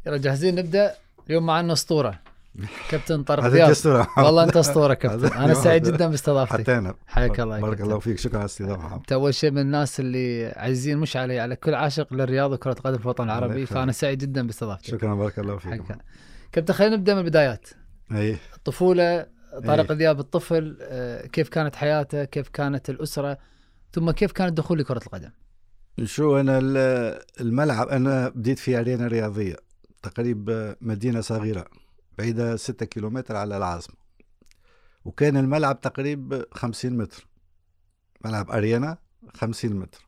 يلا جاهزين نبدأ. اليوم معنا أسطورة كابتن طارق دياب. والله أنت أسطورة كابتن. أنا سعيد جدا باستضافتك. حتى أنا. حياك الله. بارك الله فيك. شكرا على الاستضافة. أنت أول شيء من الناس اللي عزيزين مش على كل عاشق للرياضة وكرة قدم في الوطن العربي، فأنا سعيد جدا باستضافتك. شكرا بارك الله فيك. كابتن خلينا نبدأ من البدايات. الطفولة، طارق دياب الطفل، كيف كانت حياته، كيف كانت الأسرة، ثم كيف كان الدخول لكرة القدم؟ شو أنا الملعب أنا بديت في أرينا رياضية تقريبا مدينة صغيرة بعيدة 6 كيلومتر على العاصمة، وكان الملعب تقريبا 50 متر، ملعب أرينا 50 متر.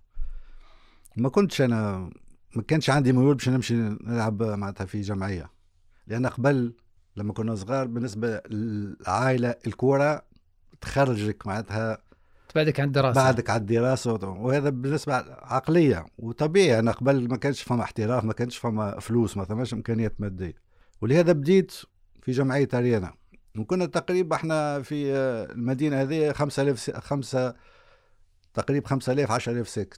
ما كانش عندي ميول باش نمشي نلعب معناتها في جمعية، لأن قبل لما كنا صغار بالنسبة للعائلة الكورة تخرجك معناتها بعدك عن الدراسة، بعدك على الدراسة، وهذا بالنسبة عقلية وطبيعي. أنا قبل ما كانش فما احتراف، ما كانش فما فلوس، ما ثماش إمكانيات مادية، ولهذا بديت في جمعية أرينا. وكنا تقريبا احنا في المدينة هذه 5000 10,000 ساكن،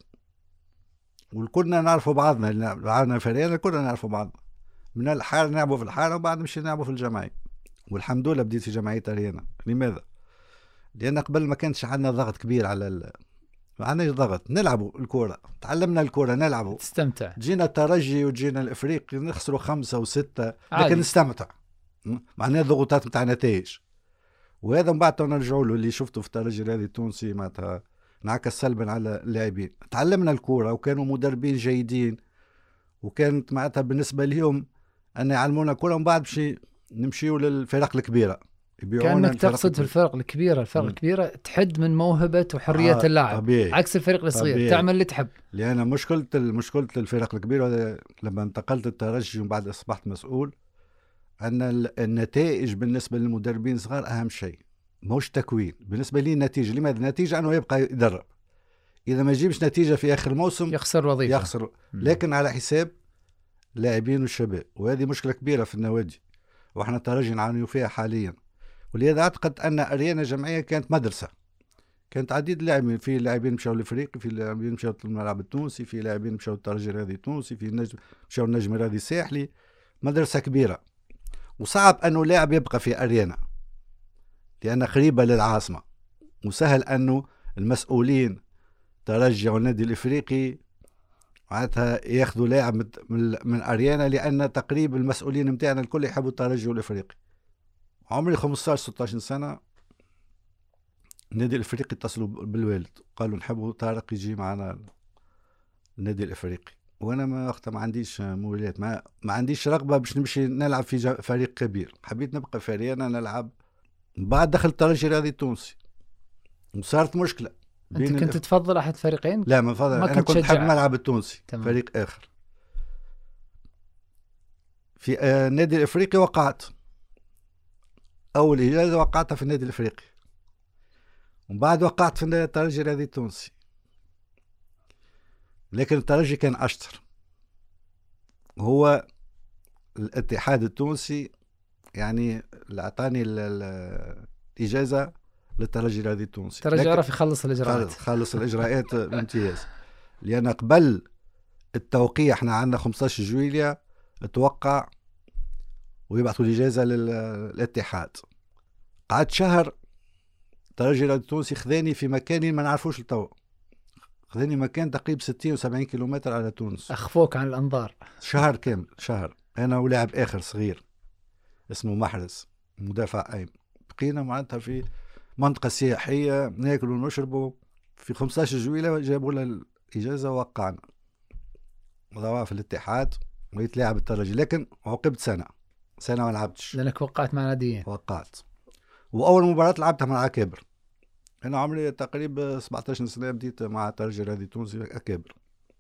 وكنا نعرفوا بعضنا، بعضنا في أرينا كنا نعرفوا بعضنا من الحارة، نلعبوا في الحارة وبعد مشي نلعبوا في الجمعية. والحمد لله بديت في جمعية أرينا. لماذا؟ لأن قبل ما كانش عندنا ضغط كبير على ما عندناش ضغط، نلعبوا الكورة، تعلمنا الكورة نلعبوا، تستمتع. جينا الترجي وجينا الإفريقي نخسروا 5 و6 لكن نستمتع، معناها ضغوطات متاع نتائج. وهذا من بعد نرجعوا له اللي شفته في الترجي الرياضي التونسي معناتها انعكس سلبا على اللاعبين. تعلمنا الكورة وكانوا مدربين جيدين، وكانت معناتها بالنسبة لهم أن يعلمونا كورة، ومن بعد بشي نمشيوا للفرق الكبيرة. كأنك تقصد في الفرق الكبيرة، الكبيرة تحد من موهبة وحرية اللاعب، طبيعي. عكس الفريق الصغير تعمل اللي تحب. لأن مشكلة الفرق الكبيرة لما انتقلت الترجي ومن بعد أصبحت مسؤول، أن النتائج بالنسبة للمدربين صغار أهم شيء، مش تكوين. بالنسبة لي النتيجة، لماذا؟ النتيجة أنه يبقى يدرب، إذا ما يجيبش نتيجة في آخر الموسم يخسر وظيفة، يخسر. لكن على حساب لاعبين والشباب، وهذه مشكلة كبيرة في النوادي، وإحنا الترجي نعاني فيها حاليا. ولهذا أعتقد أن أرينا جمعية كانت مدرسة، كانت عديد لاعبين، في لاعبين مشاو للفريق، في لاعبين مشاو للملعب التونسي، في لاعبين مشاو للترجي الرياضي التونسي، في مشاو النجم الرياضي الساحلي. مدرسة كبيرة، وصعب أنه لاعب يبقى في أرينا لأن قريبة للعاصمة، وسهل أنه المسؤولين ترجي والنادي الإفريقي معناتها ياخذوا لاعب من أرينا، لأن تقريبا المسؤولين متاعنا الكل يحبوا الترجي والإفريقي. عمري 15-16 سنة النادي الإفريقي اتصلوا بالوالد قالوا نحبوا طارق يجي معنا النادي الإفريقي، وانا ما عنديش مولات، ما عنديش رغبة باش نمشي نلعب في فريق كبير. حبيت نبقى في أرينا نلعب. بعد دخل الترجي الرياضي التونسي وصارت مشكلة. انت كنت تفضل احد فريقين؟ لا، ما فضل. انا كنت حاب الملعب التونسي. تمام. فريق اخر في النادي الإفريقي وقعت اول اجازة، وقعتها في النادي الإفريقي، ومن بعد وقعت في الترجي الرياضي التونسي. لكن الترجي كان أشطر، هو الاتحاد التونسي يعني اللي أعطاني الإجازة للترجي الرياضي التونسي. الترجي عرف يخلص الإجراءات، خلص الإجراءات بامتياز. لأن قبل التوقيع احنا عندنا 15 جويلية توقع ويبعثوا الإجازة للاتحاد. قعدت شهر الترجي الرياضي التونسي خذاني في مكاني ما نعرفوش لتو، خذاني مكان تقريبا 60 و70 كيلومتر على تونس، أخفوك عن الأنظار. شهر كامل، شهر أنا ولاعب آخر صغير اسمه محرز مدافع قايم، بقينا معناتها في منطقة سياحية ناكل ونشربوا. في 15 جويلة جابوا لنا الإجازة ووقعنا ضواء في الاتحاد ويتلاعب الترجي، لكن عوقبت سنة ما لعبتش لأنك وقعت مع ناديين. وقعت، وأول مباراة لعبتها مع أكابر. أنا عمري تقريبا 17 سنة بديت مع الترجي الرياضي التونسي أكابر،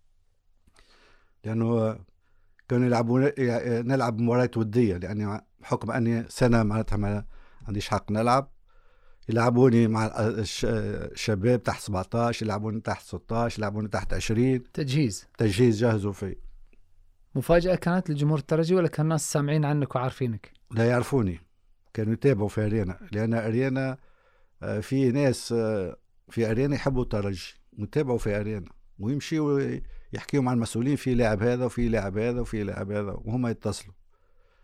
لأنه كانوا نلعب مباريات ودية، لأني بحكم أني سنة معناتها ما عنديش حق نلعب. يلعبوني مع الشباب تحت 17، يلعبوني تحت 16، يلعبوني تحت 20. تجهيز جهزوا فيه. مفاجأة كانت لجمهور الترجي ولا كان الناس سامعين عنك وعارفينك؟ لا، يعرفوني، كانوا يتابعوا في أرينا، لأن أرينا في ناس في أرينا يحبوا الترجي ويتابعوا في أرينا ويمشيوا يحكيوا مع المسؤولين في لاعب هذا وفي لاعب هذا وفي لاعب هذا، وهم يتصلوا.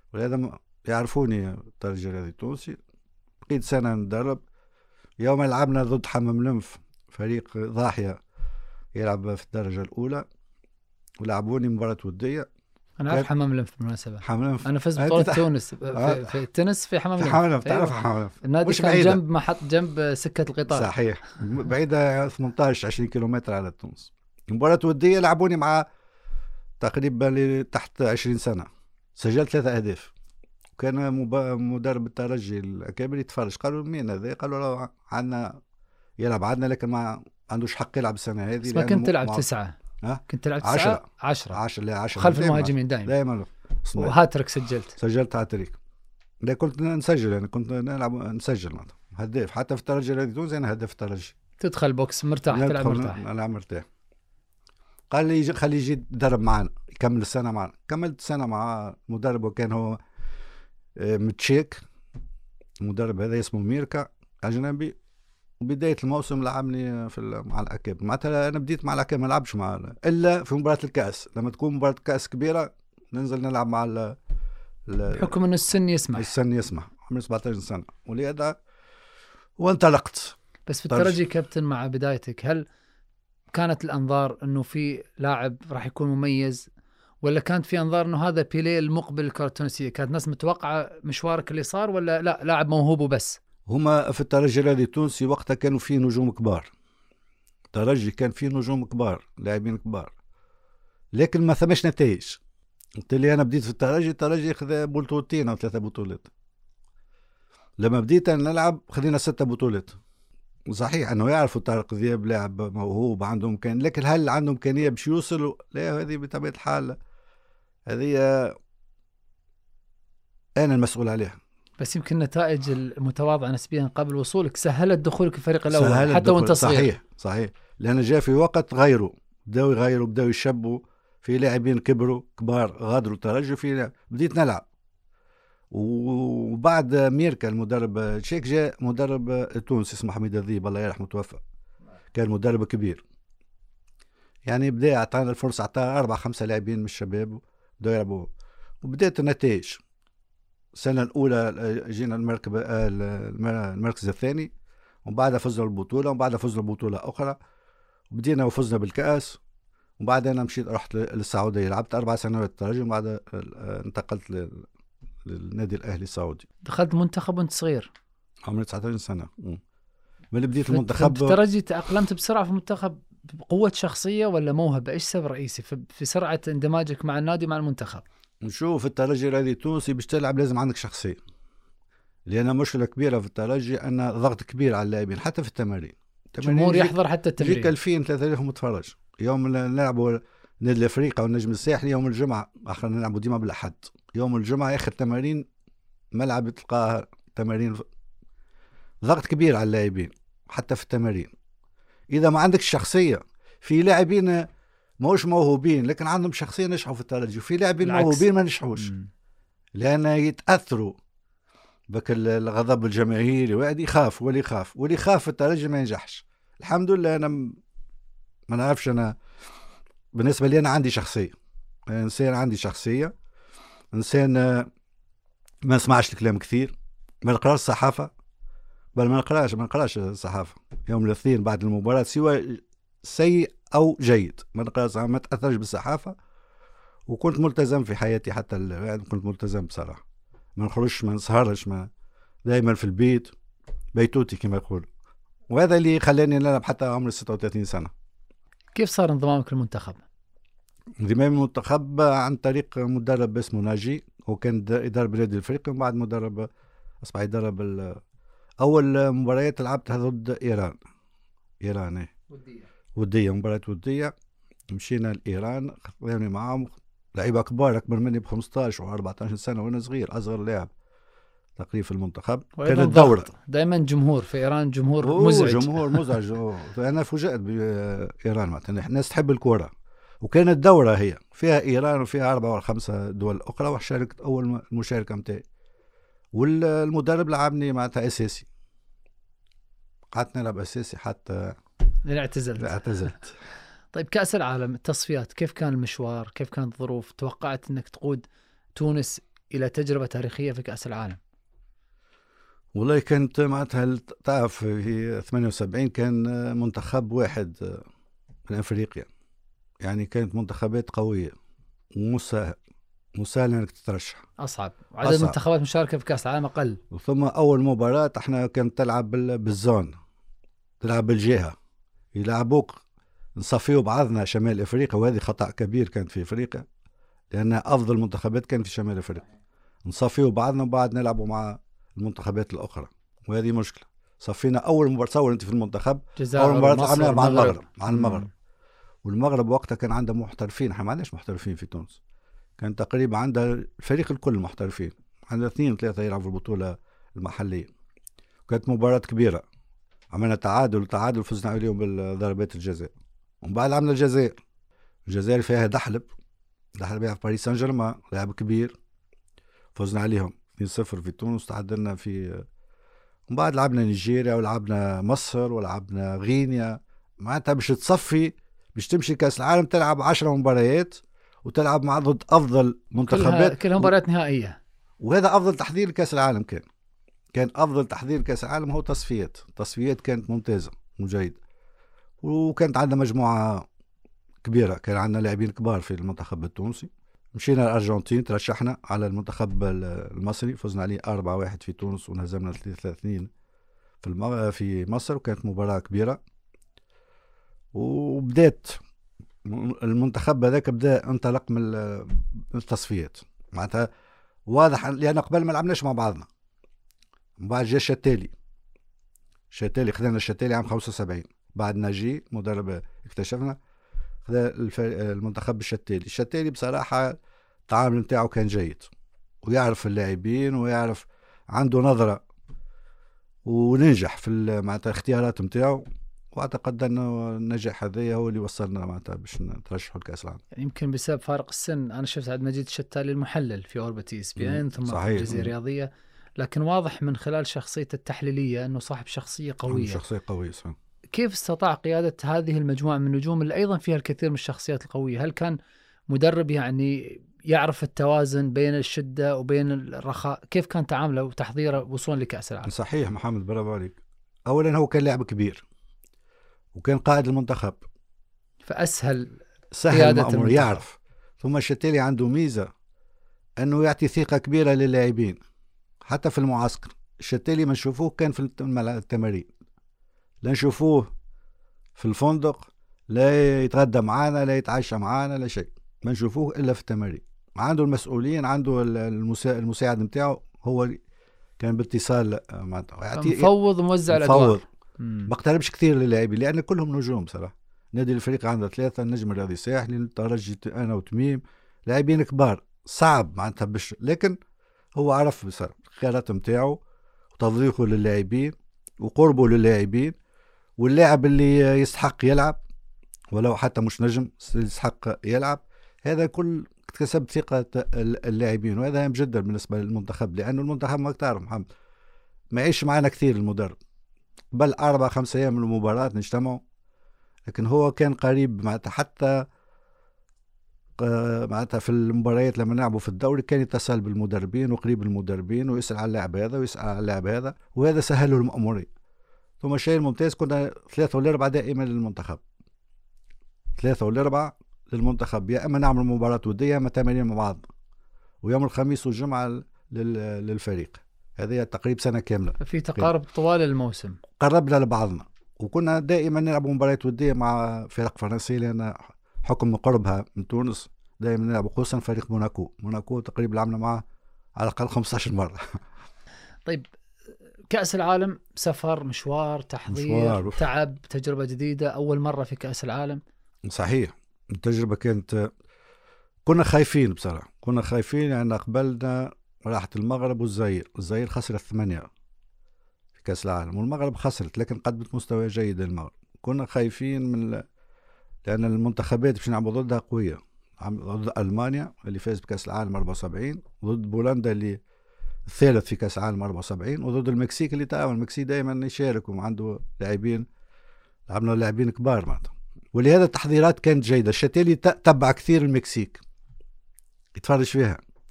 ولهذا يعرفوني الترجي الرياضي التونسي. بقيت سنة ندرب. يوم لعبنا ضد حمام لنف، فريق ضاحية يلعب في الدرجة الأولى، ولعبوني مباراة ودية. أنا أعرف حمام لنف بالمناسبة. حمام لنف أنا فزت بطولة تونس في التنس في حمام لنف. حمام لنف تعرف حمام لنف. النادي كان بعيدة. جنب ما حط جنب سكة القطار. صحيح. بعيدة 18-20 كيلومتر على تونس. مباراة ودية لعبوني مع تقريبا تحت 20 سنة. سجلت 3 أهداف. كان مدرب الترجي الأكابر يتفرج، قالوا مين هذا؟ قالوا عندنا يلعب عندنا لكن ما عندوش حق يلعب السنة هذه. بس ما كنت تلعب 9. كنت تلعب 10 خلف المهاجمين دائما وهاتريك سجلت هاتريك. لا كنت نسجل، يعني كنت نلعب نسجل هداف حتى في الترجي الذي تونس. أنا هداف الترجي. تدخل بوكس مرتاح، تلعب مرتاح. ألعب مرتاح. قال لي خلي يجي يدرب معنا يكمل السنة معنا. كملت سنة مع مدرب وكان هو متشيك. المدرب هذا اسمه ميركا أجنبي. وبداية الموسم لعبني مع الأكاب. معناتها أنا بديت مع الأكاب ما لعبش إلا في مباراة الكأس. لما تكون مباراة كأس كبيرة ننزل نلعب مع بحكم أن السن يسمح. عمري 17 سنة ولهذا وانطلقت. بس في الترجي كابتن مع بدايتك، هل كانت الأنظار أنه في لاعب راح يكون مميز، ولا كانت في أنظار أنه هذا بيليه المقبل الكرة التونسية؟ كانت ناس متوقعة مشوارك اللي صار، ولا لا لاعب موهوب وبس؟ هما في الترجي الرياضي التونسي وقتها كانوا فيه نجوم كبار. الترجي كان فيه نجوم كبار، لاعبين كبار، لكن ما ثمش نتائج. قلت لي أنا بديت في الترجي خذ بطولتين أو 3 بطولات. لما بديت أنا نلعب خذينا 6 بطولات. صحيح أنه يعرفوا طارق ذياب لاعب موهوب عندهم إمكانية، لكن هل عندهم إمكانية باش يوصلوا؟ لا، هذه بطبيعة الحال هذه أنا المسؤول عليها. بس يمكن النتائج المتواضعة نسبيا قبل وصولك سهلت دخولك الفريق الأول حتى وانت صغير. صحيح. لأن جاء في وقت غيروا، بدأوا يشبوا في لاعبين كبار غادروا الترجي. في بديت نلعب. وبعد ميركا المدرب تشيك جاء مدرب تونسي اسمه حميد الذيب الله يرحمه توفى. كان مدرب كبير، يعني بدأ أعطانا الفرصة، أعطانا 4-5 لاعبين من الشباب بدأوا يلعبوا. وبدأت النتائج. السنة الأولى جينا المركز الثاني، وبعدها فزنا البطولة، وبعدها فزنا بطولة أخرى، وبدينا وفزنا بالكأس. وبعد أنا رحت للسعودية، لعبت 4 سنوات الترجي، وبعد انتقلت للنادي الأهلي السعودي. دخلت منتخب وانت صغير؟ عمري 19 سنة. من بديت المنتخب. الترجي تأقلمت بسرعة في المنتخب بقوة شخصية ولا موهبة؟ إيش سبب رئيسي في سرعة اندماجك مع النادي مع المنتخب؟ نشوف الترجي الرياضي التونسي باش تلعب لازم عندك شخصية، لأن مشكلة كبيرة في الترجي أن ضغط كبير على اللاعبين حتى في التمارين. الجمهور يحضر حتى التمرين. يجيك 2000-3000 متفرج. يوم نلعبوا نادي الأفريقيا والنجم الساحلي يوم الجمعة، آخر نلعبوا ديما بالأحد. يوم الجمعة آخر تمارين ملعب تلقاها تمارين، ضغط كبير على اللاعبين حتى في التمارين. إذا ما عندك شخصية، في لاعبين موش موهوبين لكن عندهم شخصية نجحوا في الترجي، وفي لاعبين موهوبين ما نجحوش لأن يتأثروا بك الغضب الجماهيري. واحد يخاف واللي يخاف في الترجي ما ينجحش. الحمد لله أنا ما نعرفش، أنا بالنسبة لي أنا عندي شخصية، إنسان عندي شخصية، إنسان ما نسمعش الكلام كثير، ما نقراش الصحافة، بل ما نقراش الصحافة يوم الاثنين بعد المباراة سواء سيء أو جيد. ما نقراش، ما تأثرش بالصحافة. وكنت ملتزم في حياتي حتى كنت ملتزم بصراحة، ما نخرجش ما نسهرش، دائما في البيت بيتوتي كما يقول. وهذا اللي خلاني نلعب حتى عمري 36 سنة. كيف صار انضمامك للمنتخب؟ انضمامي للمنتخب عن طريق مدرب اسمه ناجي، وكان يدرب نادي الافريقي، ومن بعد مدرب اصبح يدرب اول مباريات لعبتها ضد ايران ودية مباراة ودية. مشينا لإيران، خذوني معهم لعيبة كبار أكبر مني ب15 و14 سنة وأنا صغير، أصغر لاعب تقريبا في المنتخب. كانت الدورة دائما جمهور في إيران، جمهور مزعج. أنا فوجئت بإيران، مثلا الناس تحب الكرة، وكانت دورة هي فيها إيران وفيها 4 أو 5 دول أخرى، وشاركت أول مشاركة متاعي. والمدرب لعبني معناتها أساسي، قعدت نلعب أساسي حتى اعتزلت. طيب كأس العالم التصفيات، كيف كان المشوار؟ كيف كانت الظروف؟ توقعت أنك تقود تونس إلى تجربة تاريخية في كأس العالم؟ والله كانت معناتها تعرف في 78 كان منتخب واحد من أفريقيا، يعني كانت منتخبات قوية ومسهل انك تترشح. أصعب عدد منتخبات مشاركة في كأس العالم أقل. ثم أول مباراة احنا كانت تلعب بالزون، تلعب بالجهة، يلعبوك نصفيوا بعضنا شمال افريقيا، وهذه خطأ كبير كان في افريقيا لان افضل منتخبات كانت في شمال افريقيا. نصفيوا بعضنا وبعد نلعبوا مع المنتخبات الاخرى، وهذه مشكلة. صفينا اول مباراة، تصور انت في المنتخب اول مباراة لعبناها مع المغرب. والمغرب وقتها كان عندها محترفين، احنا ما عندناش محترفين في تونس. كان تقريبا عندها الفريق الكل محترفين، عندنا 2 3 يلعبوا في البطولة المحلية. كانت مباراة كبيرة، عملنا تعادل فزنا عليهم بالضربات الجزاء. ومن بعد عملنا الجزائر فيها دحلب في باريس سان جيرمان، لاعب كبير، فزنا عليهم 2-0 في تونس. تعادلنا في، ومن بعد لعبنا نيجيريا ولعبنا مصر ولعبنا غينيا. معناتها باش تصفي، باش تمشي كاس العالم تلعب 10 مباريات وتلعب مع ضد افضل منتخبات، كلها مباريات نهائية. وهذا افضل تحضير لكاس العالم. كان افضل تحضير لكاس العالم هو تصفيات كانت ممتازة وجيدة. وكانت عندنا مجموعة كبيرة، كان عندنا لاعبين كبار في المنتخب التونسي. مشينا الأرجنتين، ترشحنا على المنتخب المصري، فزنا عليه 4-1 في تونس ونهزمنا 3-2 في مصر، وكانت مباراة كبيرة. وبدأت المنتخب هذاك بدأ انطلق من التصفيات، معناتها واضح، لأن قبل ما لعبناش مع بعضنا. بعد جاء الشتالي خذنا الشتالي عام 75 بعد ناجي مدرب، اكتشفنا المنتخب الشتالي بصراحة التعامل نتاعو كان جيد، ويعرف اللاعبين ويعرف، عنده نظرة، وننجح في معناتها الاختيارات نتاعو. واعتقد انه النجاح هذا هو اللي وصلنا معناتها باش نترشحوا لكأس العالم. يعني يمكن بسبب فارق السن. انا شفت عبد المجيد الشتالي المحلل في اوربتي ESPN ثم في الجزيرة الرياضية، لكن واضح من خلال شخصيته التحليلية انه صاحب شخصية قوية. صح. كيف استطاع قيادة هذه المجموعة من النجوم اللي أيضا فيها الكثير من الشخصيات القوية؟ هل كان مدرب يعني يعرف التوازن بين الشدة وبين الرخاء؟ كيف كان تعامله وتحضيره وصولا لكأس العالم؟ صحيح محمد، برافو عليك. أولا هو كان لاعب كبير وكان قائد المنتخب، فأسهل قيادة المنتخب، يعرف. ثم الشتالي عنده ميزة أنه يعطي ثقة كبيرة للاعبين حتى في المعسكر. الشتالي ما نشوفوه كان في التمارين، لا نشوفوه في الفندق، لا يتغدى معانا، لا يتعشى معانا، لا شيء، ما نشوفوه إلا في التمارين. عنده المسؤولين، عنده المساعد نتاعو، هو كان باتصال معناتها مفوض وموزع الأدوار. ما اقتربش كثير للاعبين لأن كلهم نجوم صراحة. نادي الفريق عنده 3 النجم الرياضي ساحلي، الترجي أنا وتميم، لاعبين كبار صعب معناتها باش، لكن هو عرف بصراحة الخيارات نتاعو وتوظيفه للاعبين وقربه للاعبين، واللاعب اللي يستحق يلعب ولو حتى مش نجم يستحق يلعب، هذا كل اكتسب ثقة اللاعبين. وهذا هام جدا بالنسبة للمنتخب، لأنه المنتخب ما تعرف محمد ما يعيش معنا كثير المدرب، بل 4-5 أيام من المباراة نجتمعوا، لكن هو كان قريب معناتها حتى معناتها في المباريات لما نلعبوا في الدوري كان يتصل بالمدربين وقريب المدربين ويسأل على اللاعب هذا ويسأل على اللاعب هذا، وهذا سهل له الأمورين. ثم الشيء الممتاز كنا 3 ولا 4 دائما للمنتخب، 3 ولا 4 للمنتخب، يا اما نعمل مباراة ودية اما تمارين مع بعض، ويوم الخميس والجمعة للفريق. هذه تقريبا سنة كاملة في تقارب طوال الموسم، قربنا لبعضنا، وكنا دائما نلعب مباريات ودية مع فرق فرنسية لأن حكم قربها من تونس. دائما نلعب خصوصا فريق موناكو تقريبا لعبنا معه على الأقل 15 مرة. طيب كأس العالم سفر، مشوار، تحضير، تعب، تجربة جديدة، أول مرة في كأس العالم. صحيح، التجربة كانت، كنا خايفين بصراحة، كنا خايفين يعني قبلنا راحت المغرب والجزائر خسرت 8 في كأس العالم، والمغرب خسرت لكن قدمت مستوى جيد للمغرب. كنا خايفين من لأن المنتخبات باش نلعبوا ضدها قوية، ضد ألمانيا اللي فاز بكأس العالم 74، ضد بولندا اللي الثالث في كأس العالم 74، وضد المكسيك اللي تعاون. المكسيك دائما يشارك وعنده لاعبين، لعبنا لاعبين كبار معناتها، ولهذا التحضيرات كانت جيدة. الشتالي تبع كثير المكسيك، يتفرج فيها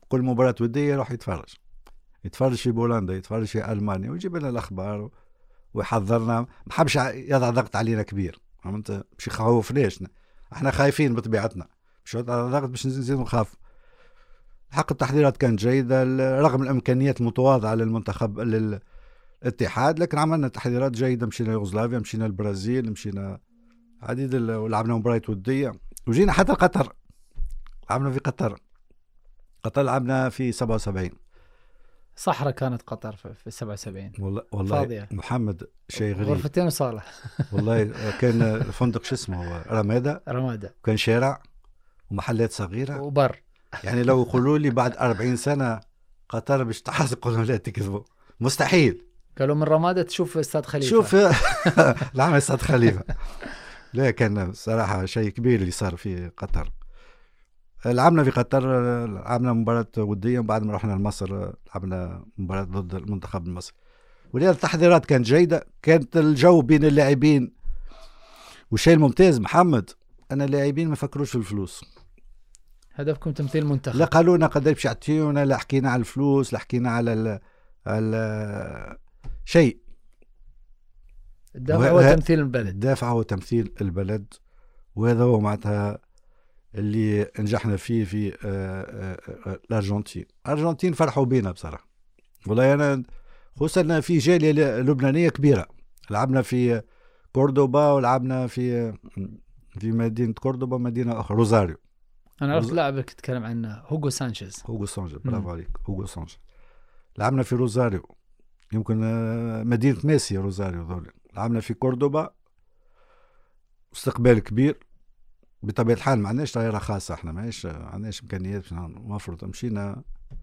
كل مباراة ودية يروح يتفرج في بولندا، يتفرج في ألمانيا، ويجيب لنا الأخبار ويحذرنا. ما حبش يضع ضغط علينا كبير، فهمت؟ مش يخوفناش، احنا خايفين بطبيعتنا، مش يضع ضغط باش نزيد نخاف. حق التحضيرات كانت جيدة رغم الإمكانيات المتواضعة للمنتخب للاتحاد، لكن عملنا تحضيرات جيدة. مشينا يوغوسلافيا، مشينا البرازيل، مشينا عديد ولعبنا مباريات ودية، وجينا حتى قطر. لعبنا في قطر لعبنا في 77. صحراء كانت قطر في 77. والله فاضية. محمد شيء غريب. غرفتين وصالة. والله كان الفندق شو اسمه رمادة، كان شارع ومحلات صغيرة وبر. يعني لو يقولوا لي بعد 40 سنة قطر باش تحس، قولوا لا تكذبوا، مستحيل. قالوا من رمادة تشوف استاد خليفة. شوف العام استاد خليفة. لا كان صراحة شيء كبير اللي صار في قطر. لعبنا في قطر، لعبنا مباراة ودية، بعد ما رحنا لمصر لعبنا مباراة ضد المنتخب المصري. ولذلك التحضيرات كانت جيدة، كانت الجو بين اللاعبين. والشيء الممتاز محمد أن اللاعبين ما فكروش في الفلوس. هدفكم تمثيل المنتخب. لا قالوا لنا قداش باش يعطيونا، لا حكينا على الفلوس، لا حكينا على شيء. الدافع هو تمثيل البلد. الدافع هو تمثيل البلد، وهذا هو معناتها اللي نجحنا فيه في الأرجنتين فرحوا بينا بصراحة. والله أنا خصوصا في جالية لبنانية كبيرة. لعبنا في كوردوبا، ولعبنا في مدينة كوردوبا، مدينة أخرى روزاريو. أنا عرفت لاعبك تتكلم عنه، هوغو سانشيز. برافو عليك، هوغو سانشيز. لعبنا في روزاريو، يمكن مدينة ماسيا روزاريو ذولي. لعبنا في كوردوبا، استقبال كبير. بطبيعة الحال ما عندناش طائرة خاصة، احنا ما عندناش إمكانيات مفروض. مشينا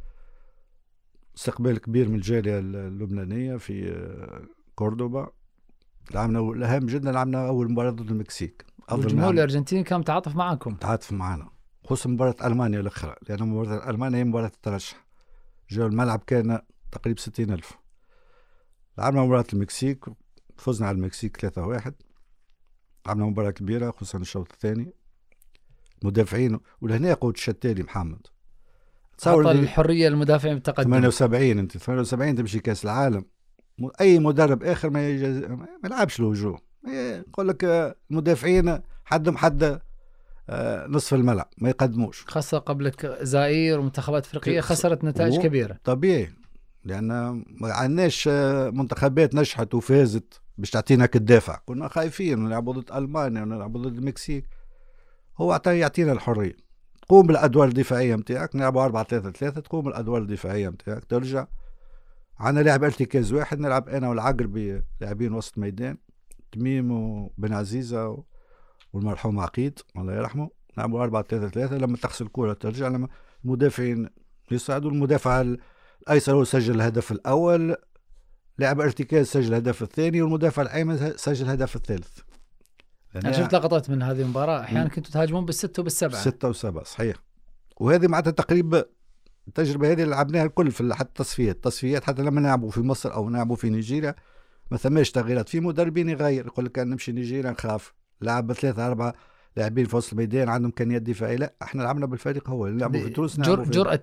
استقبال كبير من الجالية اللبنانية في كوردوبا. لعبنا الأهم جدا، لعبنا أول مباراة ضد المكسيك. الجمهور الأرجنتيني كان متعاطف معكم. تعاطف معنا، خصوصا مباراة ألمانيا الأخرى، لأن مباراة ألمانيا هي مباراة الترشح. جو الملعب كان تقريبا 60,000. لعبنا مباراة المكسيك، فزنا على المكسيك 3-1. لعبنا مباراة كبيرة خصوصا الشوط الثاني. مدافعين، ولهنا قوة الشتالي محمد. تصور الحرية للمدافعين بالتقدم. 78 انت 78 تمشي كاس العالم. اي مدرب اخر ما يلعبش له هجوم، يقول لك المدافعين حدهم حد نصف الملعب ما يقدموش. خاصة قبلك زائر ومنتخبات افريقية خسرت نتائج كبيرة. طبيعي، لان ما عندناش منتخبات نجحت وفازت باش تعطينا كالدافع. كنا خايفين نلعبوا ضد المانيا ونلعبوا ضد المكسيك. هو يعطينا الحرية، تقوم بالادوار الدفاعيه نتاعك. نلعبوا 4-3-3، تقوم بالادوار الدفاعيه نتاعك، ترجع. عندنا لاعب ارتكاز واحد، نلعب انا والعقربي لاعبين وسط ميدان، تميم وبن عزيزه والمرحوم عقيد الله يرحمه. نلعبوا 4-3-3. لما تغسل الكره ترجع، لما المدافعين يصعدوا، المدافع الايسر هو سجل الهدف الاول، لاعب ارتكاز سجل الهدف الثاني، والمدافع الايمن سجل الهدف الثالث. أنا شفت لقطات من هذه المباراة، أحيانا كنتوا تهاجمون بالستة وبالسبعة. 6 و7 صحيح. وهذه معناتها تقريبا التجربة هذه اللي لعبناها الكل في حتى التصفيات. حتى لما نلعبوا في مصر أو نلعبوا في نيجيريا ما ثماش تغييرات. في مدربين يغير، يقول لك نمشي نيجيريا نخاف، لعب 3-4 لاعبين في وسط الميدان عندهم إمكانيات دفاعية. لا، احنا لعبنا بالفريق هو اللي لعبوا في تونس. جرأة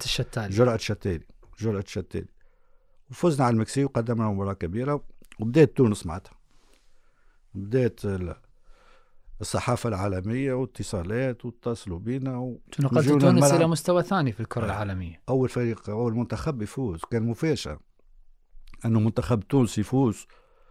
الشتالي. وفزنا على المكسيك وقدمنا مباراة كبيرة. وبدأت تونس معناتها، بدأت الصحافة العالمية واتصالات واتصلوا بينا نقلت تونس إلى مستوى ثاني في الكرة العالمية. أول فريق، أول منتخب يفوز، كان مفاجأة أنه منتخب تونس يفوز.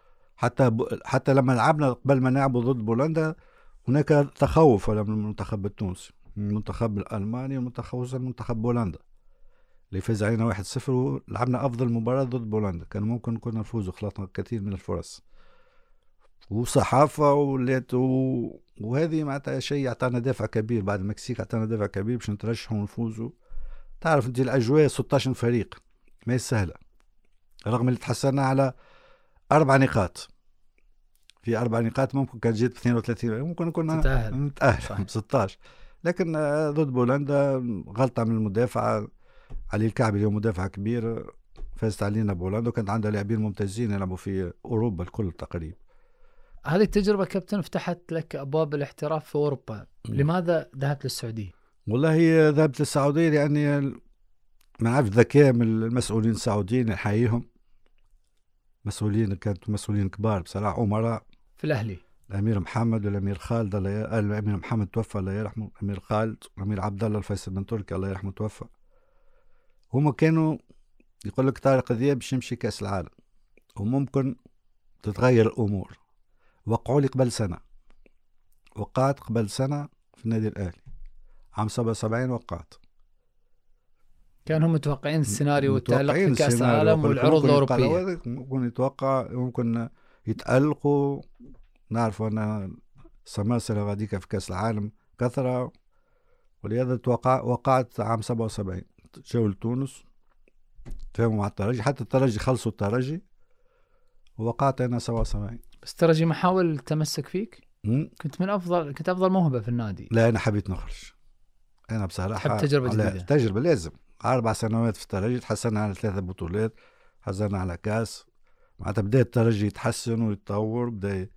حتى لما لعبنا قبل ما نلعبوا ضد بولندا هناك تخوف من المنتخب التونسي، من المنتخب الألماني، المنتخب بولندا اللي فاز علينا 1-0. ولعبنا أفضل مباراة ضد بولندا، كان ممكن كنا نفوز وخلطنا كثير من الفرص. وصحافة وهذه معناتها شيء يعطينا دافع كبير. بعد المكسيك يعطينا دافع كبير باش نترشحوا ونفوزوا. تعرف انت الأجواء 16 فريق ما هي سهلة، رغم اللي تحصلنا على 4 نقاط. في 4 نقاط ممكن كان جيت ب 32، ممكن كنا نتأهل 16. لكن ضد بولندا غلطة من المدافع علي الكعبي اللي هو مدافع كبير، فازت علينا بولندا. وكانت عندها لاعبين ممتازين يلعبوا في أوروبا الكل تقريبا. هذه التجربة كابتن فتحت لك أبواب الاحتراف في أوروبا. لماذا ذهبت للسعودية؟ والله ذهبت للسعودية لأني ما نعرف ذكاء من المسؤولين السعوديين، نحييهم. مسؤولين كانت مسؤولين كبار بصراحة، أمراء في الأهلي. الأمير محمد والأمير خالد الأمير محمد توفى الله يرحمه، الأمير خالد والأمير عبد الله الفيصل بن تركي الله يرحمه توفى. هما كانوا يقول لك طارق ذياب باش يمشي كأس العالم وممكن تتغير الأمور. وقعوا لي قبل سنة، وقعت قبل سنة في النادي الأهلي عام 77 وقعت. كانوا متوقعين السيناريو والتألق في كأس السيناريو العالم والعروض الأوروبية. ممكن يتوقع، ممكن يتألقوا. نعرفوا أن سماسرة غاديكا في كأس العالم كثرة، ولهذا وقعت عام 77 جاوا لتونس تفاهموا مع الترجي، حتى الترجي خلصوا الترجي ووقعت أنا 77. بس الترجي ما حاول التمسك فيك؟ كنت أفضل موهبة في النادي. لا أنا حبيت نخرج، أنا بصراحة حب تجربة جديدة. تجربة لازم. 4 سنوات في الترجي تحسنا على 3 بطولات، حصلنا على كاس، معناتها بدأ الترجي يتحسن ويتطور.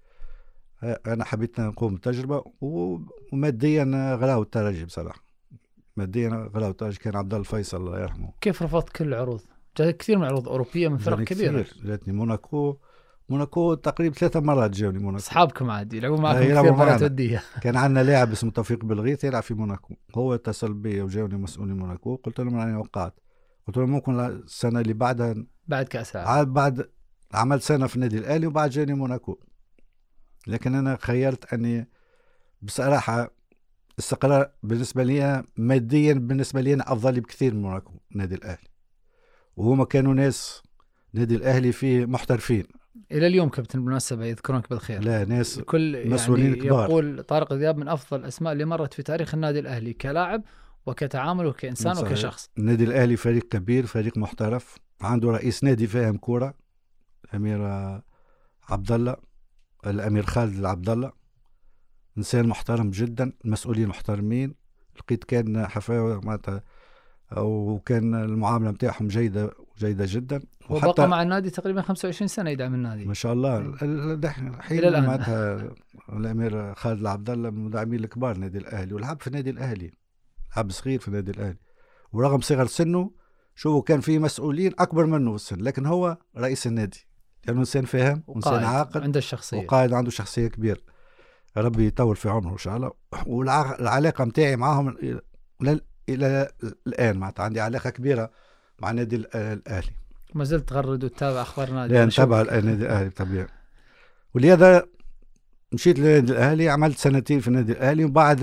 أنا حبيت نقوم بتجربة، وماديا غلاو الترجي بصراحة، ماديا غلاو الترجي. كان عبد الله الفيصل الله يرحمه. كيف رفضت كل العروض؟ جاتك كثير من العروض أوروبية من فرق كبيرة. جاتني موناكو تقريبا 3 مرات جاوني موناكو. أصحابكم عادي يلعبوا معكم كثير مرات ودية. كان عندنا لاعب اسمه توفيق بلغيث يلعب في موناكو، هو اتصل بي وجاوني مسؤولين موناكو، قلت لهم أنا وقعت، قلت لهم ممكن السنة اللي بعدها بعد كأس العالم. بعد عملت سنة في النادي الأهلي وبعد جاني موناكو. لكن أنا خيرت أني بصراحة استقرار بالنسبة لي ماديا، بالنسبة لي أنا أفضل بكثير من موناكو النادي الأهلي. وهما كانوا ناس نادي الأهلي فيه محترفين إلى اليوم كابتن بالمناسبة يذكرونك بالخير. لا ناس كل مسؤولين يعني كبار. يقول طارق ذياب من أفضل الأسماء اللي مرت في تاريخ النادي الأهلي كلاعب وكتعامل وكإنسان وكشخص. النادي الأهلي فريق كبير، فريق محترف، عنده رئيس نادي فاهم كورة، الأمير عبد الله، الأمير خالد العبد الله، إنسان محترم جدا، المسؤولين محترمين. لقيت كان حفاوة معناتها، وكان المعاملة متاعهم جيدة جدا. وبقى مع النادي تقريبا 25 سنة يدعم النادي ما شاء الله. الحين معناتها الأمير خالد العبد الله من المدعمين الكبار النادي الأهلي، ولعب في النادي الأهلي، لعب صغير في النادي الأهلي، ورغم صغر سنه شو كان في مسؤولين أكبر منه في السن، لكن هو رئيس النادي لأنه إنسان فاهم وإنسان عاقل، عنده الشخصية، وقائد عنده شخصية كبيرة. ربي يطول في عمره إن شاء الله. والعلاقة متاعي معهم إلى الآن معناتها عندي علاقة كبيرة مع النادي الأهلي. ما زلت تغرد وتتابع أخبار النادي؟ لا نتابع النادي الأهلي طبيعي. ولهذا مشيت للنادي الأهلي، عملت 2 سنين في النادي الأهلي، وبعد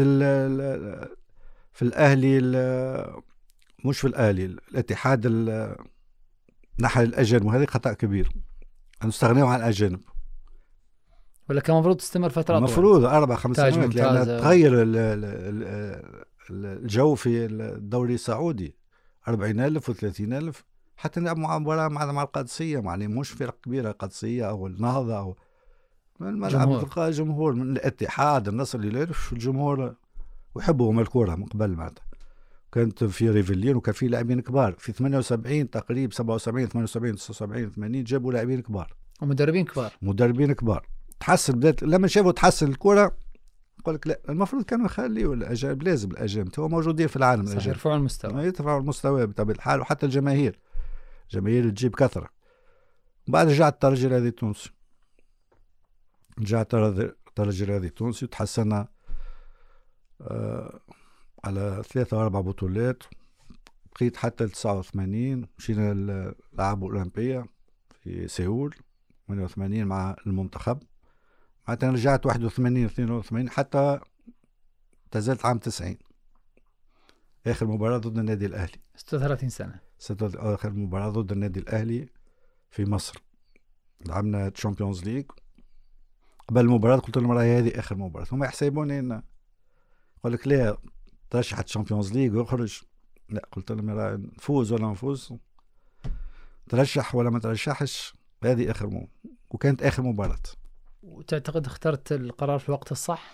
في الأهلي مش في الأهلي الاتحاد نحل الأجانب، وهذا خطأ كبير أن استغنوا عن الأجانب. ولا كان المفروض تستمر فترة أطول؟ المفروض 4-5 سنوات، لأن تغير الجو في الدوري السعودي. 40,000 و30,000 حتى نلعب مباراة مع القادسية، يعني مش فرق كبيرة، القادسية أو النهضة أو الملعب تلقى جمهور من الاتحاد النصر اللي يعرف الجمهور ويحبوا الكورة من قبل معناتها. كانت في ريفيلين وكان في لاعبين كبار في 78 تقريبا، 77 78 79 80 جابوا لاعبين كبار ومدربين كبار. تحسن بدات لما شافوا تحسن الكرة، يقول لك لا المفروض كانوا يخليوا الأجانب، لازم الأجانب هو موجودين في العالم، صحيح يرفعوا المستوى، يرفعوا المستوى بطبيعة الحال، وحتى الجماهير تجيب كثرة. بعد رجعت الترجي الرياضي التونسي، وتحسنا على 3 أو 4 بطولات، بقيت حتى 89 مشينا الألعاب الأولمبية في سيول 88 مع المنتخب، حتى رجعت 81 82 حتى تزلت عام 90 آخر مباراة ضد النادي الأهلي. 36 سنة. آخر مباراة ضد النادي الأهلي في مصر، لعبنا تشامبيونز ليج. قبل المباراة قلت لهم راهي هذه آخر مباراة، هم يحسبوني إن قال لك لا ترشح تشامبيونز ليج ويخرج، لا قلت لهم راه نفوز ولا نفوز، ترشح ولا ما ترشحش، هذه آخر وكانت آخر مباراة. وتعتقد اخترت القرار في الوقت الصح؟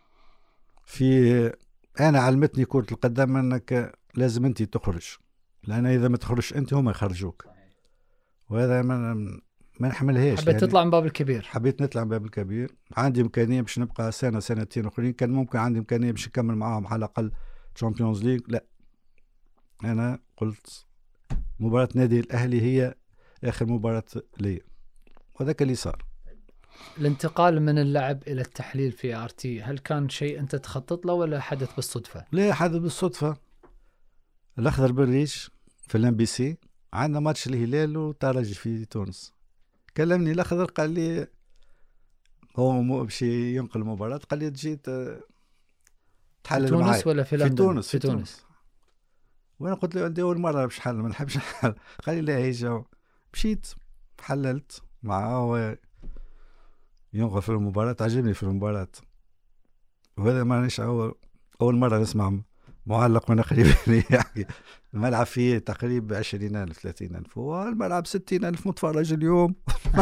أنا علمتني كرة القدم أنك لازم أنت تخرج، لأن إذا ما تخرج أنت هم يخرجوك، وهذا ما نحملهاش. حبيت تطلع من باب الكبير؟ حبيت نطلع من باب الكبير. عندي إمكانية باش نبقى سنة 2 أخرين، كان ممكن عندي إمكانية باش نكمل معاهم على الأقل تشامبيونز ليج، لا أنا قلت مباراة نادي الأهلي هي آخر مباراة لي، وذاك اللي صار. الانتقال من اللعب إلى التحليل في RT هل كان شيء أنت تخطط له ولا حدث بالصدفة؟ لا، حدث بالصدفة. الأخضر بالريش في الMBC عندنا ماتش الهلال وترجي في تونس، كلمني الأخضر قال لي هو بشي ينقل المباراة، قال لي تجي تحلل في معايا تونس ولا في في لندن؟ تونس. في تونس. وانا قلت له عندي اول مره باش حل، ما نحبش نحل. قال لي لا هيجا. مشيت حللت معاه ينقل في المباراة، عجبني في المباراة. وهذا مانيش اول مره نسمع معلق من قريبين يحكي. الملعب فيه تقريبا 20,000 30,000 والملعب 60,000 متفرج اليوم.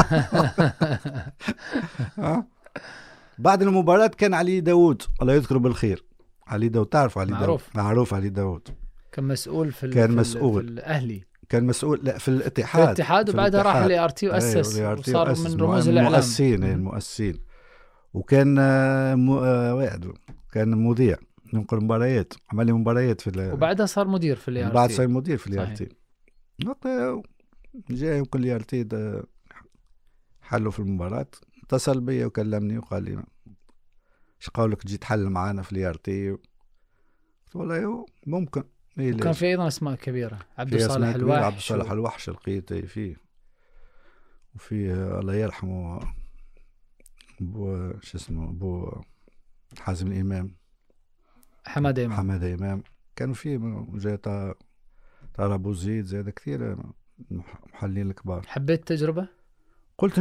بعد المباراة كان علي داود الله يذكره بالخير. علي داود تعرف علي داود؟ معروف علي داود. كان مسؤول كان مسؤول في الأهلي، كان مسؤول لا في الاتحاد وبعدها راح لART وأسس وصار من رموز الإعلام المؤسسين. وكان واحد كان مذيع ينقل مباريات، عمل لي مباريات في وبعدها صار مدير في الART. بعد صار مدير في الART. جاي يمكن الART حلوا في المباراة، اتصل بي وكلمني وقال لي ايش قولك تجي تحل معانا في الART؟ قلت والله ممكن. وكان في ايضا اسماء كبيره، عبد الصالح الوحش، عبد الصالح الوحش لقيت فيه، وفي الله يرحمه ابو شو اسمه ابو حازم الامام، حماد امام كانوا فيه جاي طار ابو زيد زاد كثير محللين الكبار. حبيت التجربه؟ قلت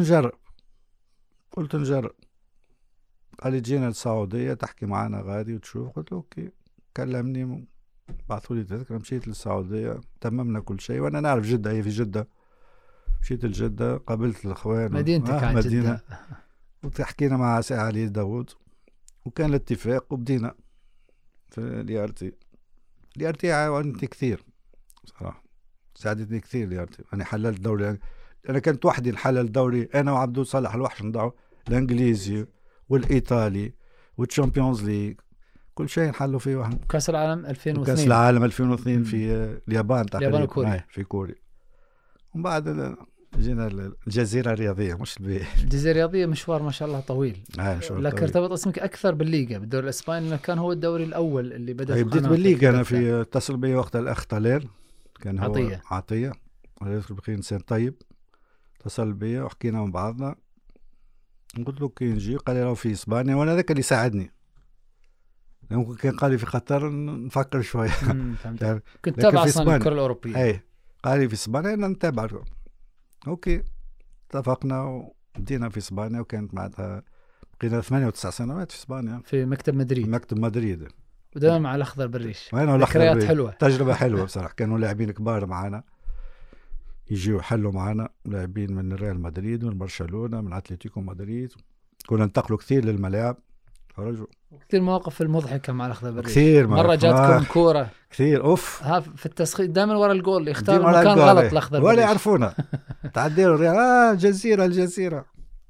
نجرب. قال لي جينا السعوديه تحكي معنا غادي وتشوف. قلت له اوكي. كلمني بعثوا لي تذكرة، مشيت للسعودية، تممنا كل شيء. وانا نعرف جدة، هي في جدة. مشيت لجدة، قابلت الاخوان، مدينتك عن مدينة جدة. وحكينا مع سي علي داود وكان الاتفاق وبدينا في الART عاونتني كثير صراحة، ساعدتني كثير الART. انا حللت دوري، انا كنت وحدي نحلل دوري انا وعبد الصالح الوحش، نضعوا الانجليزي والايطالي والتشامبيونز ليج، كل شيء نحلوا فيه واحد. كأس العالم 2002 كأس العالم 2002 في اليابان تقريبا، وكوريا. في كوريا. ومن بعد جينا الجزيرة الرياضية، مش الجزيرة الرياضية مشوار ما شاء الله طويل. لكن ارتبط اسمك أكثر بالليغا، بالدوري الإسباني، لأنه كان هو الدوري الأول اللي بدأ. بديت بالليغا أنا. في اتصل بي وقت الأخ طلال، كان هو عطية الله يذكر بخير، إنسان طيب. اتصل بي وحكينا مع بعضنا، قلت له كي نجي، قال لي راهو في إسبانيا، وأنا ذاك اللي ساعدني. ممكن كان قال لي في قطر نفكر شوية. كنت تابع أصلا الكرة الأوروبية. أي قال لي في إسبانيا أنا نتابع. أوكي اتفقنا وبدينا في إسبانيا، وكانت معناتها بقينا 8 و9 سنوات في إسبانيا في مكتب مدريد. ودائما مع الأخضر بالريش. ذكريات حلوة، تجربة حلوة بصراحة. كانوا لاعبين كبار معنا يجيوا يحلوا معنا، لاعبين من ريال مدريد ومن برشلونة من أتلتيكو مدريد. كنا ننتقلوا كثير للملاعب، رجل كثير مواقف المضحكة مع الأخضر بالريش. كثير مرة جاتكم كورة كثير اوف في التسخين دائما ورا الجول، يختار مكان غلط الأخضر بالريش ولا يعرفونا. تعديلوا الريال الجزيرة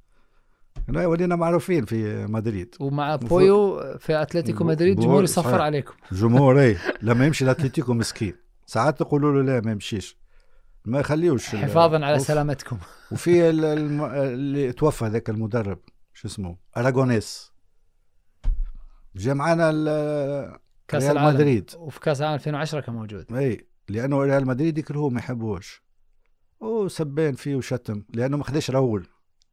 ولينا معروفين في مدريد. ومع بويو في أتلتيكو مدريد جمهور يصفر عليكم. جمهوري لما يمشي الأتلتيكو مسكين، ساعات تقولوا له لا ما يمشيش، ما يخليوش حفاظا على سلامتكم. وفي اللي توفى ذاك المدرب شو اسمه أراغونيس، جاء معنا كأس ريال العالم مدريد، وفي كأس العالم 2010 كان موجود. اي لأنه ريال مدريد يكرهوه ما يحبوش، وسبين فيه وشتم لأنه ما خدش راول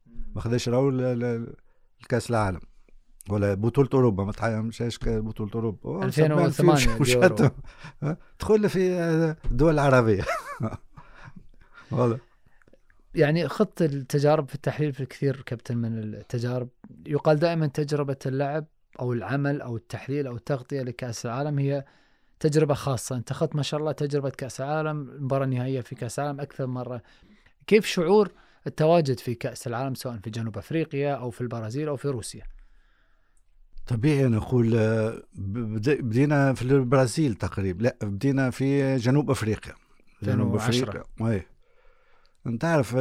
الكأس العالم ولا بطولة أوروبا، ما تحيمش بطولة أوروبا 2008 وشتم. تدخل في الدول العربية. والله يعني خط التجارب في التحليل في الكثير كابتن من التجارب. يقال دائما تجربة اللعب أو العمل أو التحليل أو التغطية لكأس العالم هي تجربة خاصة. انت أخذت ما شاء الله تجربة كأس العالم، المباراة النهائية في كأس العالم أكثر مرة. كيف شعور التواجد في كأس العالم سواء في جنوب أفريقيا أو في البرازيل أو في روسيا؟ طبيعي نقول بدينا في البرازيل تقريبا، لا بدينا في جنوب أفريقيا. جنوب أفريقيا انت عارف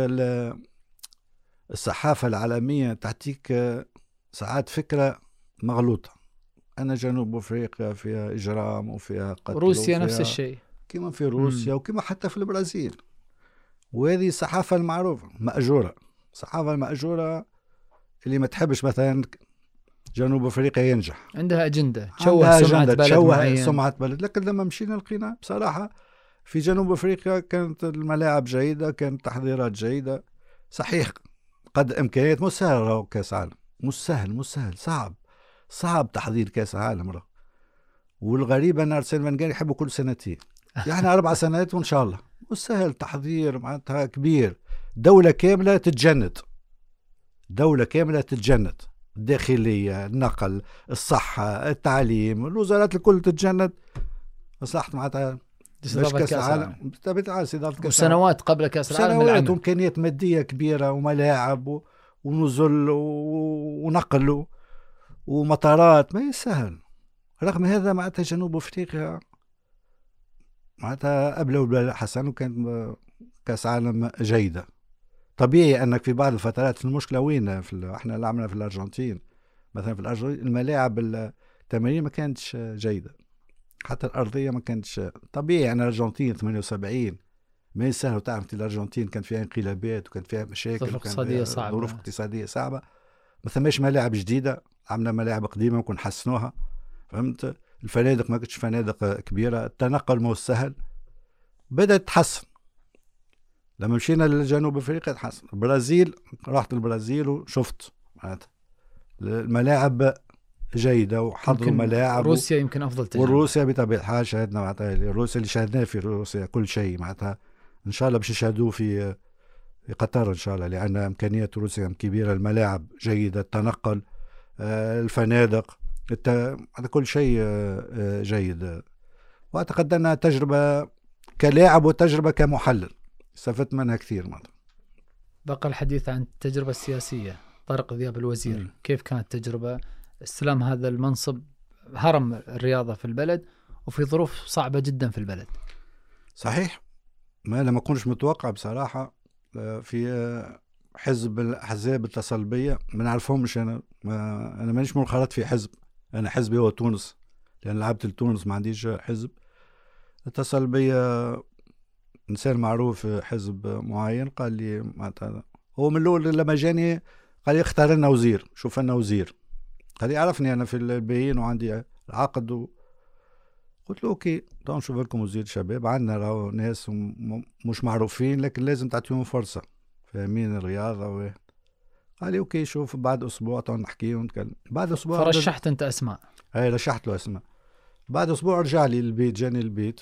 الصحافة العالمية تعطيك ساعات فكرة مغلوطة. أنا جنوب أفريقيا فيها إجرام وفيها قتل، روسيا نفس الشيء. كما في روسيا وكما حتى في البرازيل. وهذه الصحافة المعروفة مأجورة، الصحافة المأجورة اللي ما تحبش مثلا جنوب افريقيا ينجح، عندها اجنده تشوه سمعه بلد معين، سمعه بلد. لكن لما مشينا لقينا بصراحه في جنوب افريقيا كانت الملاعب جيده، كانت تحضيرات جيده. صحيح قد امكانيات مش سهله، كاس عالم مش سهل، صعب تحضير كاس عالم. والغريب ان ارسنال فنجان يحبوا كل سنتين، يعني 4 سنوات وان شاء الله. مش سهل تحضير معناتها كبير، دولة كاملة تتجند، الداخلية، النقل، الصحة، التعليم، الوزارات الكل تتجند مصلحة معناتها باش كاس العالم. وسنوات قبل كاس العالم العمل، وامكانيات مادية كبيرة وملاعب ونزل ونقل ومطارات، ما يسهل. رغم هذا معناتها جنوب افريقيا معناتها أبلوا بلا حسن، وكانت كاس عالم جيدة. طبيعي أنك في بعض الفترات في المشكلة وين احنا اللي عملنا في الأرجنتين مثلا، في الأرجنتين الملاعب التمارين ما كانتش جيدة، حتى الأرضية ما كانتش طبيعي. أنا الأرجنتين 78 ما يسهل، تعرف الأرجنتين كان فيها انقلابات وكان فيها مشاكل، ظروف اقتصادية صعبة، ما ثماش ملاعب جديدة، عملنا ملاعب قديمة ممكن نحسنوها، فهمت. الفنادق ما كانتش فنادق كبيرة، التنقل مو سهل، بدأت تحسن. لما مشينا لجنوب افريقيا تحسن. البرازيل، رحت البرازيل وشفت الملاعب جيدة وحضروا ملاعب. روسيا يمكن افضل تجربة، وروسيا بطبيعة الحال شاهدنا معناتها روسيا اللي شاهدناه في روسيا كل شيء معناتها. ان شاء الله باش نشاهدوه في قطر ان شاء الله، لان امكانيات روسيا كبيرة، الملاعب جيدة، التنقل، الفنادق، هذا كل شيء جيد. واعتقد انها تجربة كلاعب وتجربة كمحلل استفدت منها كثير. بقى الحديث عن التجربة السياسية. طارق ذياب الوزير، كيف كانت تجربة استلام هذا المنصب، هرم الرياضة في البلد وفي ظروف صعبة جدا في البلد؟ صحيح، ما لما كنتش متوقع بصراحة. في حزب الأحزاب التصلبية ما نعرفهمش، أنا مانيش منخرط في حزب، أنا حزبي هو تونس، لأن لعبت لتونس ما عنديش حزب. التصلبية إنسان معروف حزب معين، قال لي معناتها هو من الأول لما جاني قال لي اختار لنا وزير، شوف لنا وزير. قال لي عرفني أنا في البيين وعندي العقد قلت له أوكي، تو نشوف لكم وزير شباب، عندنا راهو ناس مش معروفين لكن لازم تعطيهم فرصة، فاهمين الرياضة قال لي أوكي، شوف بعد أسبوع تو نحكي ونتكلم. بعد أسبوع فرشحت أنت أسماء؟ أي رشحت له أسماء. بعد أسبوع رجع لي البيت، جاني البيت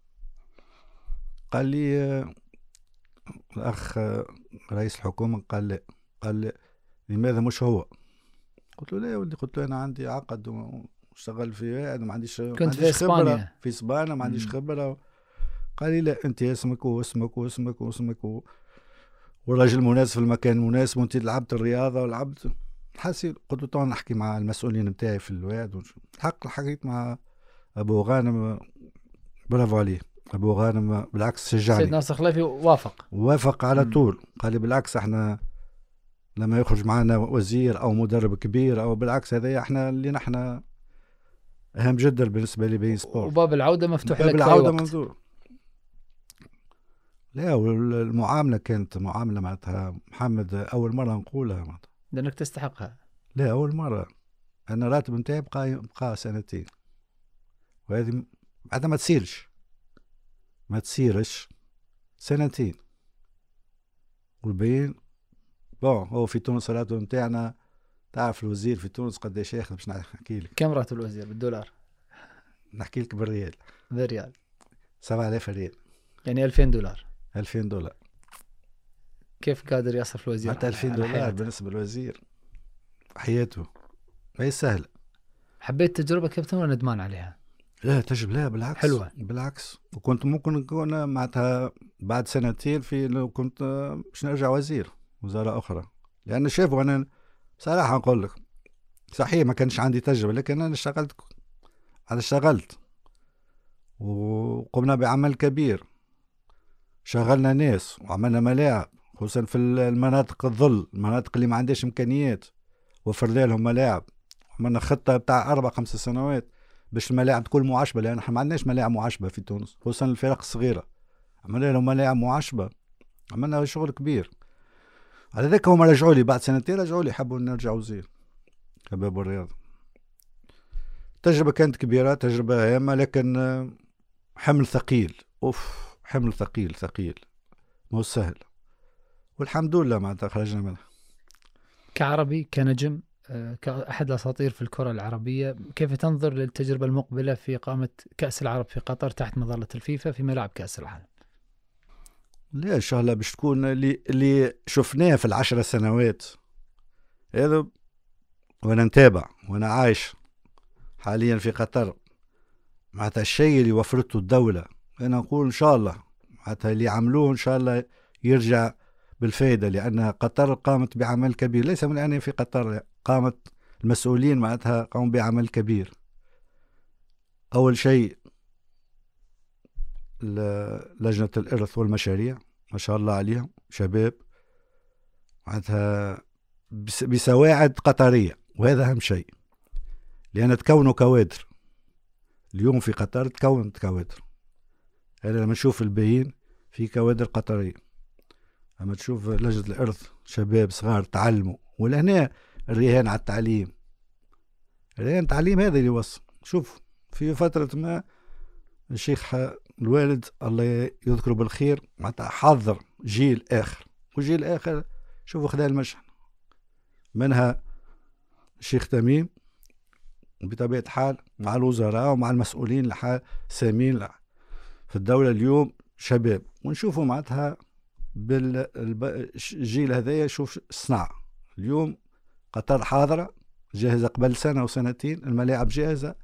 قال لي الأخ رئيس الحكومة قال لي لماذا مش هو؟ قلت له لا يا ولدي، قلت له أنا عندي عقد واشتغل في ما عنديش في خبرة في إسبانيا، ما عنديش خبرة. قال لي لا، أنت اسمك واسمك والراجل مناسب في المكان مناسب، وأنت لعبت الرياضة ولعبت حسيت. قلت له طبعا نحكي مع المسؤولين نتاعي في الواد. حكيت مع أبو غانم، برافو عليه أبو غانم، بالعكس شجعني. سيد ناصر خليفي وافق على طول، قال لي بالعكس احنا لما يخرج معنا وزير او مدرب كبير او بالعكس هذا احنا اللي نحن اهم جدا بالنسبه لي بين سبورت، وباب العوده مفتوح لك. باب العوده منظور. لا، والمعامله كانت معامله معناتها محمد اول مره نقولها معناتها لانك تستحقها. لا، اول مره. انا راتب نتاعي بقى 2 سنين، وهذه بعد ما تصيرش 2 سنين. والبين هو في تونس راتب نتاعنا، تعرف الوزير في تونس قديش ياخذ؟ باش نحكي لك. كم راتب الوزير بالدولار؟ نحكي لك بالريال. 7000 ريال، يعني $2000. 2000 دولار. كيف قادر يصرف الوزير حتى 2000 دولار بالنسبة للوزير حياته ما يسهل. حبيت التجربة كابتن ولا ندمان عليها؟ لا تجربة، لا بالعكس حلوة، بالعكس. وكنت ممكن نكون معناتها بعد 2 سنين في لو كنت باش نرجع وزارة أخرى، لأن شافوا أنا صراحة نقول لك صحيح ما كانش عندي تجربة، لكن أنا اشتغلت وقمنا بعمل كبير، شغلنا ناس وعملنا ملاعب، خصوصا في المناطق الظل، المناطق اللي ما عندهاش إمكانيات، وفرنا لهم ملاعب. عملنا خطة بتاع 4-5 سنوات باش الملاعب تكون معشبه، لان احنا ما عندناش ملاعب معشبه في تونس، خصوصا الفرق الصغيره. عملنا لهم ملاعب معشبه، عملنا شغل كبير. على ذلك هم رجعوا لي بعد سنتين، رجعوا لي حبوا نرجع وزير شباب والرياضه. التجربه كانت كبيره، تجربه هامه، لكن حمل ثقيل. حمل ثقيل مو سهل، والحمد لله معناتها خرجنا منها. كعربي، كنجم، كأحد الأساطير في الكرة العربية، كيف تنظر للتجربة المقبلة في إقامة كأس العرب في قطر تحت مظلة الفيفا في ملعب كأس العالم؟ لا، إن شاء الله باش تكون اللي شفناه في 10 سنوات هذا، وأنا نتابع وأنا عايش حاليا في قطر. معناتها الشيء اللي وفرته الدولة، أنا نقول إن شاء الله معناتها اللي عملوه إن شاء الله يرجع بالفائدة، لأن قطر قامت بعمل كبير. ليس من أن في قطر قامت المسؤولين معناتها قاموا بعمل كبير. أول شيء لجنة الإرث والمشاريع، ما شاء الله عليهم شباب معناتها بسواعد قطرية، وهذا أهم شيء، لأن تكونوا كوادر. اليوم في قطر تكونت كوادر. أنا لما نشوف الباهين في كوادر قطرية، لما تشوف لجنة الإرث شباب صغار تعلموا. ولهنا الرهان على التعليم، الرهان التعليم هذا اللي يوصل. شوف في فترة ما الشيخ الوالد الله يذكره بالخير معناتها حضر جيل آخر، وجيل آخر شوفوا خلال المشهد منها الشيخ تميم، بطبيعة الحال مع الوزراء ومع المسؤولين الحال سامين في الدولة اليوم شباب. ونشوفوا معناتها بالجيل هذايا شوف الصناعة اليوم. قطر حاضرة جاهزة قبل سنة وسنتين، الملاعب جاهزة،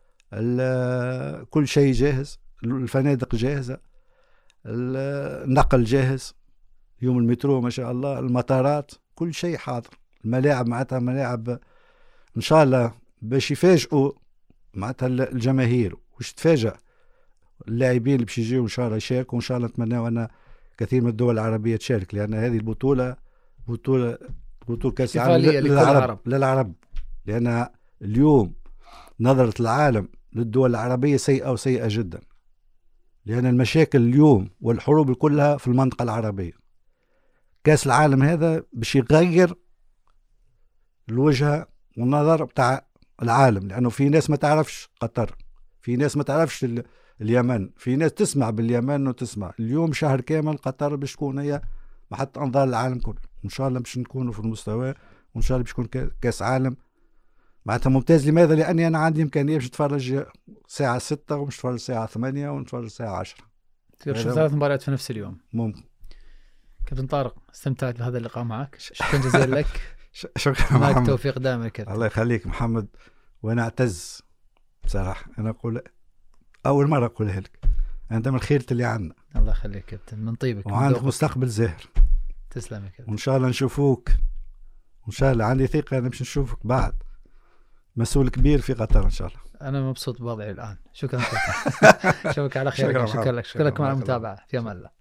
كل شيء جاهز، الفنادق جاهزة، النقل جاهز، يوم المترو ما شاء الله، المطارات، كل شيء حاضر. الملاعب معناتها ملاعب إن شاء الله باش يفاجئوا معناتها الجماهير، وش تفاجأ اللاعبين اللي باش يجيو إن شاء الله يشاركوا. وإن شاء الله نتمنى أن كثير من الدول العربية تشارك، لأن هذه البطولة بطولة كأس العالم للعرب. لأن اليوم نظرة العالم للدول العربية سيئة جدا، لأن المشاكل اليوم والحروب كلها في المنطقة العربية. كأس العالم هذا باش يغير الوجهة والنظر بتاع العالم، لأنه في ناس ما تعرفش قطر، في ناس ما تعرفش اليمن، في ناس تسمع باليمن وتسمع. اليوم شهر كامل قطر باش تكون هي محط أنظار العالم كله. إن شاء الله باش نكونوا في المستوى، وإن شاء الله باش يكون كأس عالم معناتها ممتاز. لماذا؟ لأني أنا عندي إمكانية باش نتفرج ساعة 6 ومش نتفرج ساعة 8 ونتفرج ساعة 10. تشوف 3 مباريات في نفس اليوم ممكن. كابتن طارق، استمتعت بهذا اللقاء معك، شكرا جزيلا لك. شكرا محمد، توفيق دائما. الله يخليك محمد، وأنا أعتز بصراحة. أنا أقول أول مرة أقولها لك، أنت من خيرة اللي عندنا. الله يخليك كابتن، من طيبك، وعندك مستقبل زاهر. تسلم يا كابتن، وإن شاء الله نشوفوك، وإن شاء الله عندي ثقة أنا باش نشوفك بعد مسؤول كبير في قطر إن شاء الله. أنا مبسوط بوضعي الآن. شكرا كابتن. شوفك على خير. شكرا لكم على المتابعة. في أمان الله.